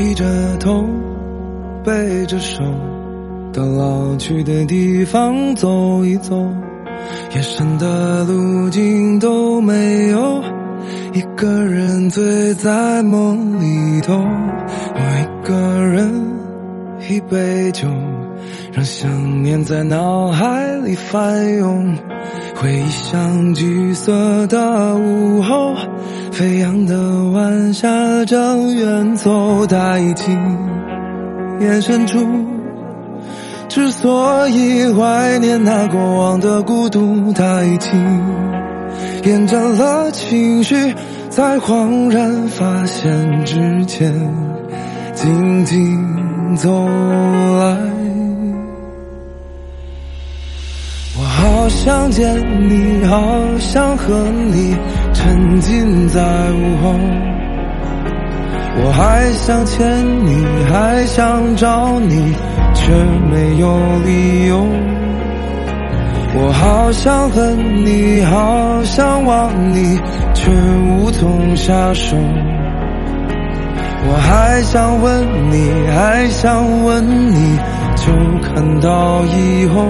低着头背着手到老去的地方走一走，夜深的路径都没有，一个人醉在梦里头。我一个人一杯酒，让想念在脑海里翻涌，回忆像橘色的午后，飞扬的晚霞正远走。他已经眼深处，之所以怀念那过往的孤独，他已经延展了情绪，在恍然发现之前静静走来。我好想见你，好想和你沉浸在午后，我还想牵你，还想找你，却没有理由。我好想恨你，好想忘你，却无从下手。我还想问你，还想问你，就看到以后。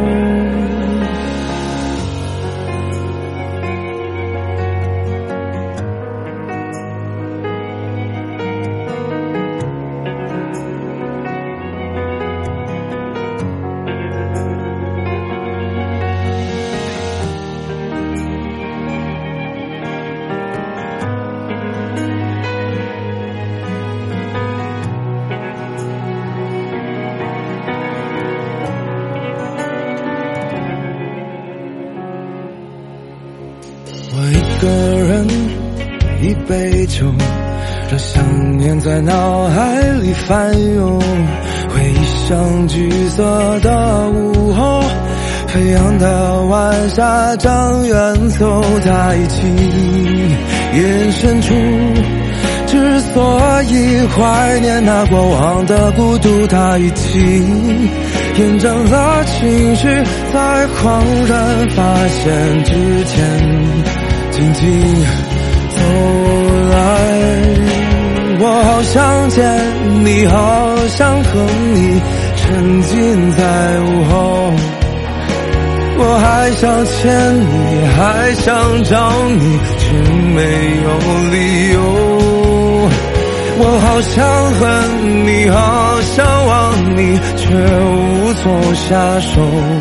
我一个人一杯酒，让想念在脑海里翻涌，回忆像橘色的午后，飞扬的晚霞正远走。他已经眼深处，之所以怀念那过往的孤独，他已经延展了情绪，在恍然发现之前静静走来。我好想见你，好想和你沉浸在午后，我还想牵你，还想找你，却没有理由。我好想恨你，好想忘你，却无从下手。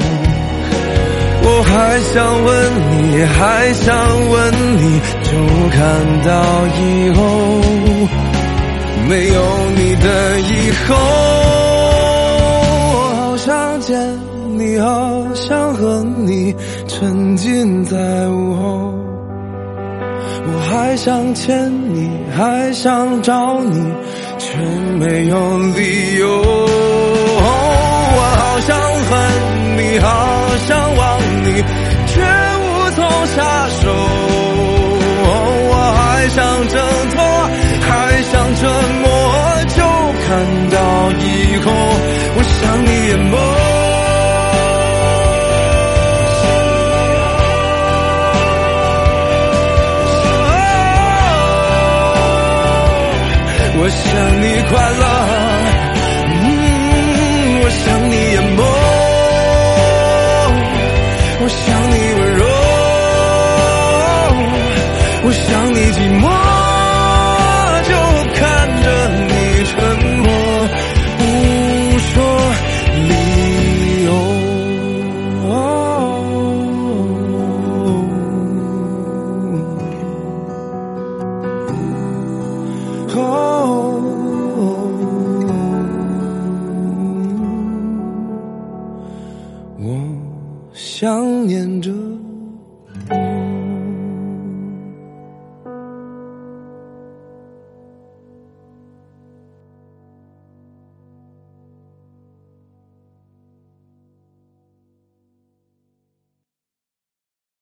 我还想问你，还想问你，就看到以后没有你的以后。我好想见你，好想和你沉浸在午后，我还想牵你，还想找你，却没有理由。我好想恨你，好想忘你，却无从下手。我还想挣脱，还想沉默，就看到以后我想你眼眸。我想你快乐，我想你眼眸，我想你温柔，我想你寂寞，就看着你沉默，不说理由。我想念着